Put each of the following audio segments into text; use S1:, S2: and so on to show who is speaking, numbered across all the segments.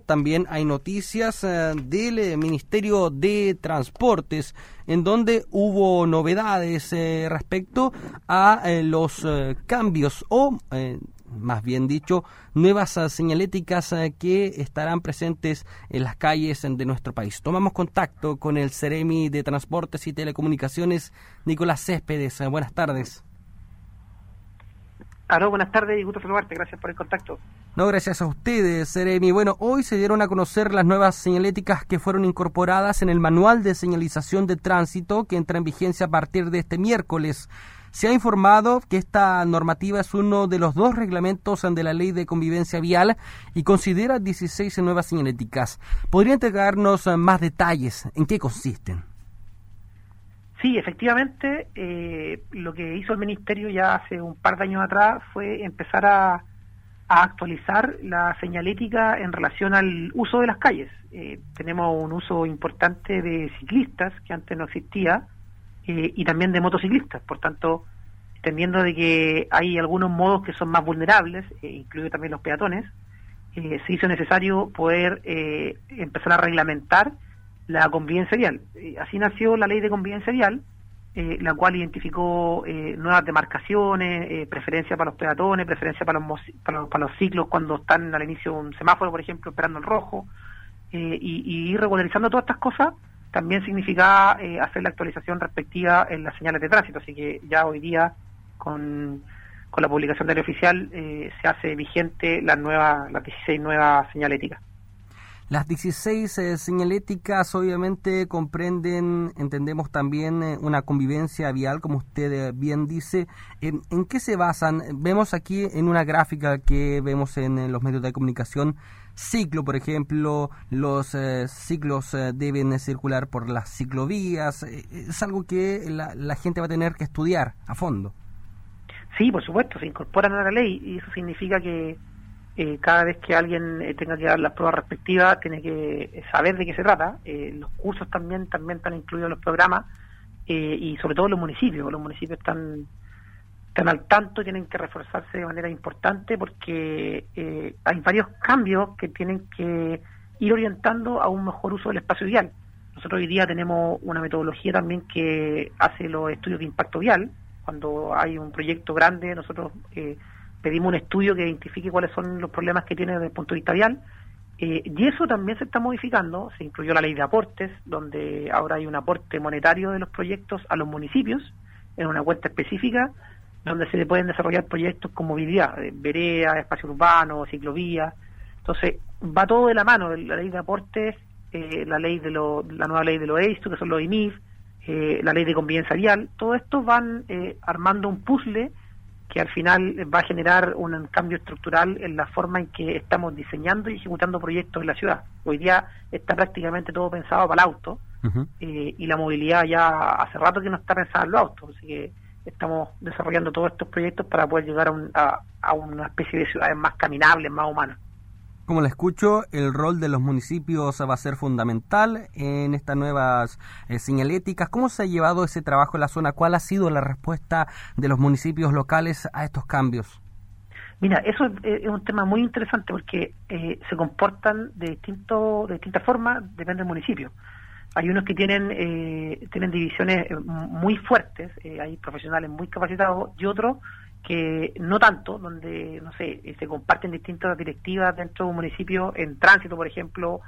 S1: también hay noticias del Ministerio de Transportes, en donde hubo novedades respecto a los cambios o, más bien dicho, nuevas señaléticas que estarán presentes en las calles de nuestro país. Tomamos contacto con el Seremi de Transportes y Telecomunicaciones, Nicolás Céspedes. Buenas tardes.
S2: Aló, buenas tardes y gusto saludarte. Gracias por el contacto.
S1: No, gracias a ustedes, Seremi. Bueno, hoy se dieron a conocer las nuevas señaléticas que fueron incorporadas en el Manual de Señalización de Tránsito que entra en vigencia a partir de este miércoles. Se ha informado que esta normativa es uno de los 2 reglamentos de la Ley de Convivencia Vial y considera 16 nuevas señaléticas. ¿Podría entregarnos más detalles? ¿En qué consisten?
S2: Sí, efectivamente, lo que hizo el Ministerio ya hace un par de años atrás fue empezar a actualizar la señalética en relación al uso de las calles. Tenemos un uso importante de ciclistas, que antes no existía, y también de motociclistas. Por tanto, entendiendo de que hay algunos modos que son más vulnerables, incluye también los peatones, se hizo necesario poder empezar a reglamentar la convivencia vial. Así nació la Ley de Convivencia Vial, la cual identificó nuevas demarcaciones, preferencia para los peatones, preferencia para los ciclos cuando están al inicio de un semáforo, por ejemplo, esperando el rojo, y ir regularizando todas estas cosas. También significaba hacer la actualización respectiva en las señales de tránsito, así que ya hoy día con la publicación del oficial se hace vigente las 16 nuevas señaléticas.
S1: Las 16 señaléticas obviamente comprenden, entendemos también, una convivencia vial, como usted bien dice. ¿En qué se basan? Vemos aquí en una gráfica que vemos en los medios de comunicación, ciclo, por ejemplo, los ciclos deben circular por las ciclovías. Es algo que la gente va a tener que estudiar a fondo.
S2: Sí, por supuesto, se incorporan a la ley y eso significa que cada vez que alguien tenga que dar las pruebas respectivas, tiene que saber de qué se trata. Los cursos también están incluidos en los programas y sobre todo los municipios. Los municipios están al tanto y tienen que reforzarse de manera importante porque hay varios cambios que tienen que ir orientando a un mejor uso del espacio vial. Nosotros hoy día tenemos una metodología también que hace los estudios de impacto vial. Cuando hay un proyecto grande, nosotros pedimos un estudio que identifique cuáles son los problemas que tiene desde el punto de vista vial, y eso también se está modificando. Se incluyó la ley de aportes, donde ahora hay un aporte monetario de los proyectos a los municipios, en una cuenta específica, donde se pueden desarrollar proyectos con movilidad, vereda, espacio urbano, ciclovía. Entonces, va todo de la mano, la ley de aportes, la nueva ley de los EISTU, que son los IMIF, la ley de convivencia vial. Todo esto van armando un puzzle que al final va a generar un cambio estructural en la forma en que estamos diseñando y ejecutando proyectos en la ciudad. Hoy día está prácticamente todo pensado para el auto, y la movilidad ya hace rato que no está pensada en los autos, así que estamos desarrollando todos estos proyectos para poder llegar a una especie de ciudades más caminables, más humanas.
S1: Como le escucho, el rol de los municipios va a ser fundamental en estas nuevas señaléticas. ¿Cómo se ha llevado ese trabajo en la zona? ¿Cuál ha sido la respuesta de los municipios locales a estos cambios?
S2: Mira, eso es un tema muy interesante porque se comportan de distintas formas, depende del municipio. Hay unos que tienen divisiones muy fuertes, hay profesionales muy capacitados, y otros que no tanto, donde, no sé, se comparten distintas directivas dentro de un municipio. En tránsito, por ejemplo,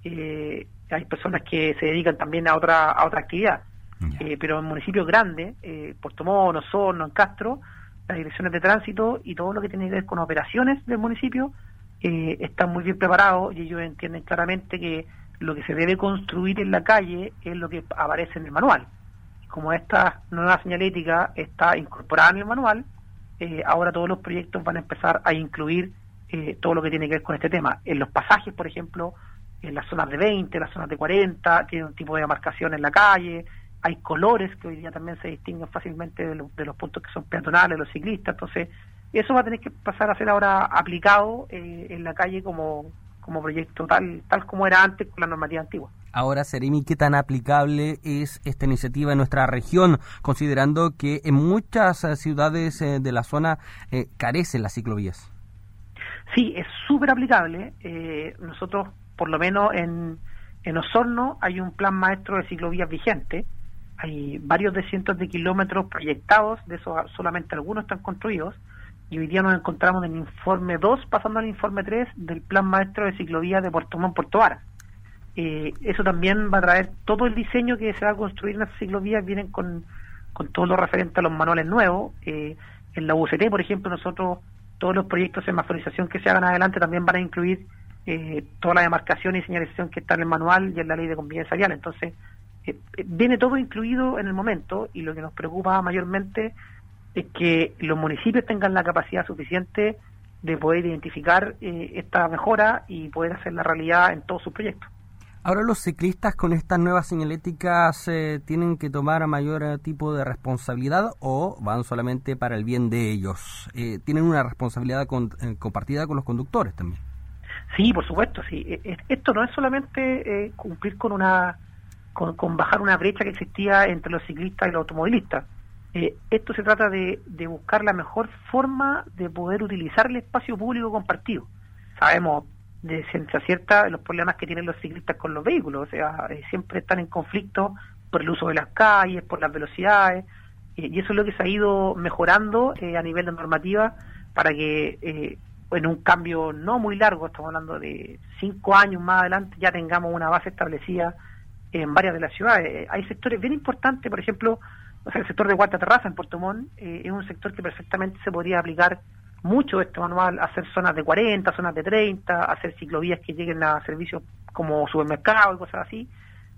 S2: hay personas que se dedican también a otra actividad. Pero en municipios grandes, Puerto Montt, Osorno, en Castro, las direcciones de tránsito y todo lo que tiene que ver con operaciones del municipio están muy bien preparados, y ellos entienden claramente que lo que se debe construir en la calle es lo que aparece en el manual. Como esta nueva señalética está incorporada en el manual, ahora todos los proyectos van a empezar a incluir todo lo que tiene que ver con este tema. En los pasajes, por ejemplo, en las zonas de 20, las zonas de 40, tiene un tipo de demarcación en la calle, hay colores que hoy día también se distinguen fácilmente de los puntos que son peatonales, los ciclistas. Entonces, eso va a tener que pasar a ser ahora aplicado en la calle como proyecto tal como era antes con la normativa antigua.
S1: Ahora, Seremi, ¿qué tan aplicable es esta iniciativa en nuestra región, considerando que en muchas ciudades de la zona carecen las ciclovías?
S2: Sí, es súper aplicable. Nosotros por lo menos en Osorno hay un plan maestro de ciclovías vigente, hay varios de cientos de kilómetros proyectados, de esos solamente algunos están construidos, y hoy día nos encontramos en el informe 2, pasando al informe 3 del plan maestro de ciclovías de Puerto Montt, Puerto Varas. Eso también va a traer todo el diseño que se va a construir en las ciclovías, vienen con todo lo referente a los manuales nuevos. En la UCT, por ejemplo, nosotros, todos los proyectos de semaforización que se hagan adelante también van a incluir toda la demarcación y señalización que está en el manual y en la ley de convivencia vial. Entonces, viene todo incluido en el momento, y lo que nos preocupa mayormente es que los municipios tengan la capacidad suficiente de poder identificar esta mejora y poder hacer la realidad en todos sus proyectos.
S1: Ahora los ciclistas con estas nuevas señaléticas tienen que tomar mayor tipo de responsabilidad, o van solamente para el bien de ellos. Tienen una responsabilidad compartida con los conductores también.
S2: Sí, por supuesto, sí. Esto no es solamente cumplir con bajar una brecha que existía entre los ciclistas y los automovilistas. Esto se trata de buscar la mejor forma de poder utilizar el espacio público compartido. Sabemos de ciencia cierta los problemas que tienen los ciclistas con los vehículos, o sea, siempre están en conflicto por el uso de las calles, por las velocidades, y eso es lo que se ha ido mejorando a nivel de normativa para que en un cambio no muy largo, estamos hablando de 5 años más adelante, ya tengamos una base establecida en varias de las ciudades. Hay sectores bien importantes, por ejemplo, o sea, el sector de Cuarta Terraza en Puerto Montt es un sector que perfectamente se podría aplicar mucho este manual, hacer zonas de 40, zonas de 30, hacer ciclovías que lleguen a servicios como supermercados y cosas así,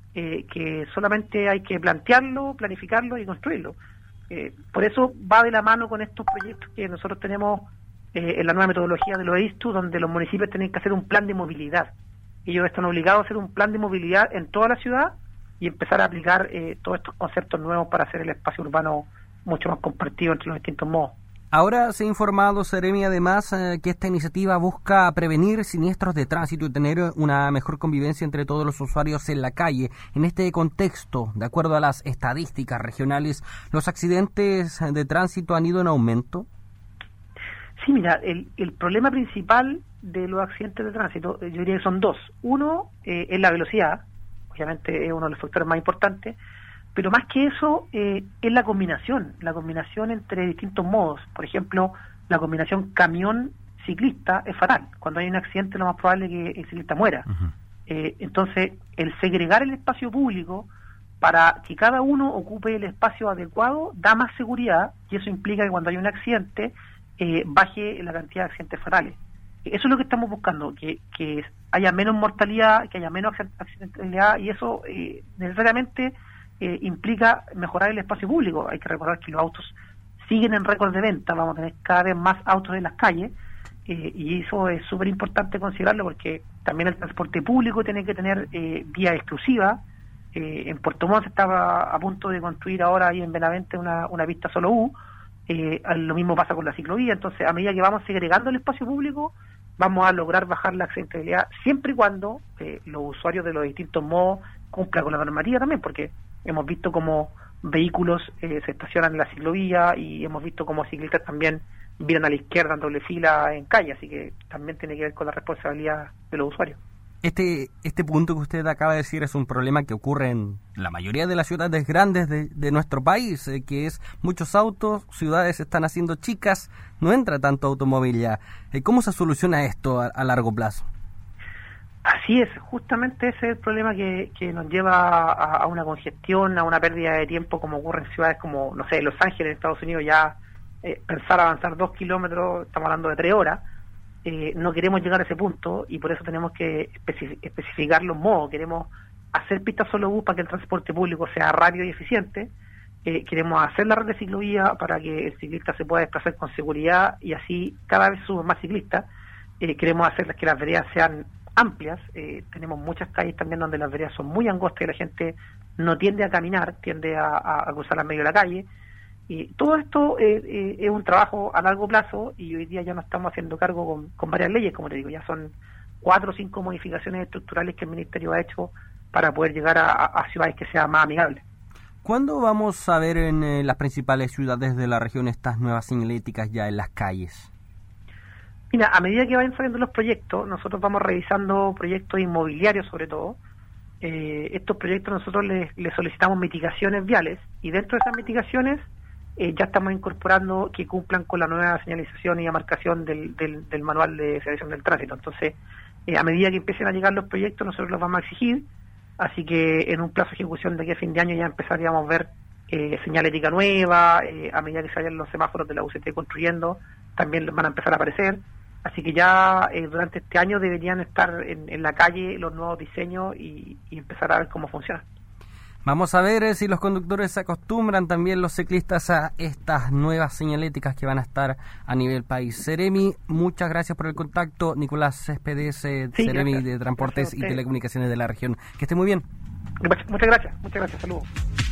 S2: que solamente hay que plantearlo, planificarlo y construirlo. Por eso va de la mano con estos proyectos que nosotros tenemos en la nueva metodología de los EISTU, donde los municipios tienen que hacer un plan de movilidad. Ellos están obligados a hacer un plan de movilidad en toda la ciudad y empezar a aplicar todos estos conceptos nuevos para hacer el espacio urbano mucho más compartido entre los distintos modos.
S1: Ahora se ha informado, Seremi, además, que esta iniciativa busca prevenir siniestros de tránsito y tener una mejor convivencia entre todos los usuarios en la calle. En este contexto, de acuerdo a las estadísticas regionales, ¿los accidentes de tránsito han ido en aumento?
S2: Sí, mira, el problema principal de los accidentes de tránsito, yo diría que son dos. Uno es la velocidad, obviamente es uno de los factores más importantes, pero más que eso es la combinación entre distintos modos. Por ejemplo, la combinación camión-ciclista es fatal. Cuando hay un accidente lo más probable es que el ciclista muera.
S1: Uh-huh.
S2: Entonces, el segregar el espacio público para que cada uno ocupe el espacio adecuado da más seguridad, y eso implica que cuando hay un accidente baje la cantidad de accidentes fatales. Eso es lo que estamos buscando, que haya menos mortalidad, que haya menos accidentalidad, y eso necesariamente implica mejorar el espacio público. Hay que recordar que los autos siguen en récord de venta, vamos a tener cada vez más autos en las calles, y eso es súper importante considerarlo, porque también el transporte público tiene que tener vía exclusiva. En Puerto Montt se estaba a punto de construir ahora ahí en Benavente una pista solo U. Lo mismo pasa con la ciclovía. Entonces, a medida que vamos segregando el espacio público, vamos a lograr bajar la accidentabilidad, siempre y cuando los usuarios de los distintos modos cumplan con la normativa también, porque hemos visto cómo vehículos se estacionan en la ciclovía, y hemos visto cómo ciclistas también vienen a la izquierda en doble fila en calle, así que también tiene que ver con la responsabilidad de los usuarios.
S1: Este punto que usted acaba de decir es un problema que ocurre en la mayoría de las ciudades grandes de nuestro país, que es muchos autos, ciudades se están haciendo chicas, no entra tanto automóvil ya. ¿Cómo se soluciona esto a largo plazo?
S2: Así es, justamente ese es el problema que nos lleva a una congestión, a una pérdida de tiempo, como ocurre en ciudades como, no sé, Los Ángeles, en Estados Unidos, ya pensar avanzar 2 kilómetros, estamos hablando de 3 horas. No queremos llegar a ese punto, y por eso tenemos que especificar los modos. Queremos hacer pistas solo bus para que el transporte público sea rápido y eficiente. Queremos hacer la red de ciclovía para que el ciclista se pueda desplazar con seguridad, y así cada vez suben más ciclistas. Queremos hacer que las veredas sean amplias. Tenemos muchas calles también donde las veredas son muy angostas y la gente no tiende a caminar, tiende a cruzar en medio de la calle. Y todo esto es un trabajo a largo plazo, y hoy día ya nos estamos haciendo cargo con varias leyes, como te digo, ya son 4 o 5 modificaciones estructurales que el Ministerio ha hecho para poder llegar a ciudades que sean más amigables.
S1: ¿Cuándo vamos a ver en las principales ciudades de la región estas nuevas señaléticas ya en las calles?
S2: Mira, a medida que vayan saliendo los proyectos, nosotros vamos revisando proyectos inmobiliarios sobre todo. Estos proyectos nosotros les solicitamos mitigaciones viales y dentro de esas mitigaciones ya estamos incorporando que cumplan con la nueva señalización y demarcación del manual de señalización del tránsito. Entonces, a medida que empiecen a llegar los proyectos, nosotros los vamos a exigir, así que en un plazo de ejecución de aquí a fin de año ya empezaríamos a ver señalética nueva, a medida que se vayan los semáforos de la UCT construyendo, también van a empezar a aparecer. Así que ya durante este año deberían estar en la calle los nuevos diseños y empezar a ver cómo funciona.
S1: Vamos a ver si los conductores se acostumbran, también los ciclistas, a estas nuevas señaléticas que van a estar a nivel país. Seremi, muchas gracias por el contacto. Nicolás Céspedes, Seremi de Transportes y Telecomunicaciones de la región. Que esté muy bien.
S2: Muchas gracias. Saludos.